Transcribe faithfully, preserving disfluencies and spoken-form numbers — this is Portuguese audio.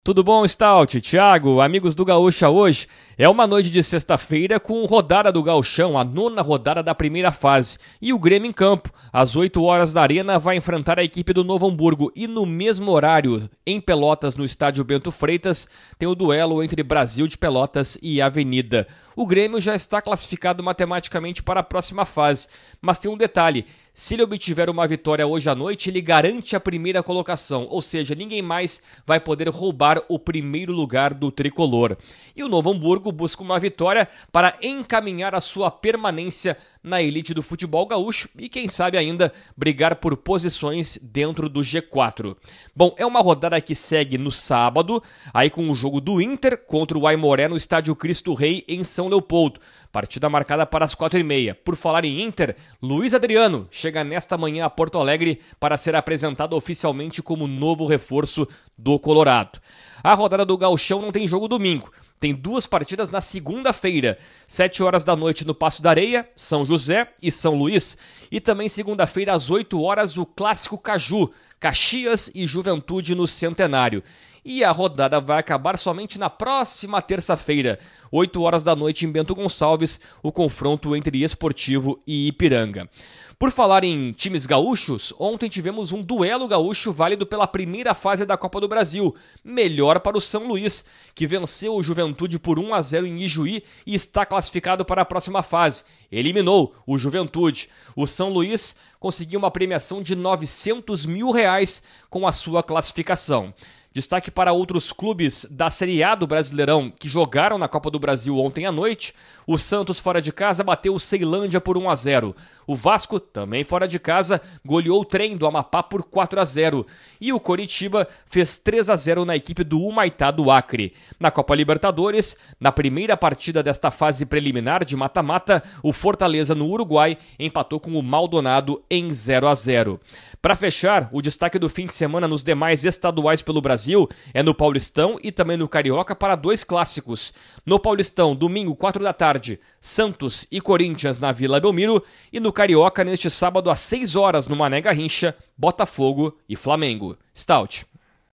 Tudo bom, Stout? Thiago, amigos do Gaúcha, hoje é uma noite de sexta-feira com rodada do Gauchão, a nona rodada da primeira fase. E o Grêmio em campo, às oito horas da Arena, vai enfrentar a equipe do Novo Hamburgo. E no mesmo horário, em Pelotas, no estádio Bento Freitas, tem o duelo entre Brasil de Pelotas e Avenida. O Grêmio já está classificado matematicamente para a próxima fase, mas tem um detalhe. Se ele obtiver uma vitória hoje à noite, ele garante a primeira colocação, ou seja, ninguém mais vai poder roubar o primeiro lugar do tricolor. E o Novo Hamburgo busca uma vitória para encaminhar a sua permanência na elite do futebol gaúcho e, quem sabe ainda, brigar por posições dentro do G quatro. Bom, é uma rodada que segue no sábado, aí com o jogo do Inter contra o Aimoré no estádio Cristo Rei em São Leopoldo. Partida marcada para as quatro e meia. Por falar em Inter, Luiz Adriano chega nesta manhã a Porto Alegre para ser apresentado oficialmente como novo reforço do Colorado. A rodada do Gauchão não tem jogo domingo. Tem duas partidas na segunda-feira, sete horas da noite no Paço da Areia, São José e São Luís. E também segunda-feira às oito horas o Clássico Caju, Caxias e Juventude no Centenário. E a rodada vai acabar somente na próxima terça-feira, oito horas da noite em Bento Gonçalves, o confronto entre Esportivo e Ipiranga. Por falar em times gaúchos, ontem tivemos um duelo gaúcho válido pela primeira fase da Copa do Brasil, melhor para o São Luís, que venceu o Juventude por um a zero em Ijuí e está classificado para a próxima fase. Eliminou o Juventude. O São Luís conseguiu uma premiação de novecentos mil reais com a sua classificação. Destaque para outros clubes da Série A do Brasileirão que jogaram na Copa do Brasil ontem à noite. O Santos fora de casa bateu o Ceilândia por um a zero. O Vasco, também fora de casa, goleou o Trem do Amapá por quatro a zero. E o Coritiba fez três a zero na equipe do Humaitá do Acre. Na Copa Libertadores, na primeira partida desta fase preliminar de mata-mata, o Fortaleza no Uruguai empatou com o Maldonado em zero a zero. Para fechar, o destaque do fim de semana nos demais estaduais pelo Brasil é no Paulistão e também no Carioca para dois clássicos. No Paulistão, domingo, quatro da tarde, Santos e Corinthians na Vila Belmiro, e no Carioca, neste sábado, às seis horas, no Mané Garrincha, Botafogo e Flamengo. Stout.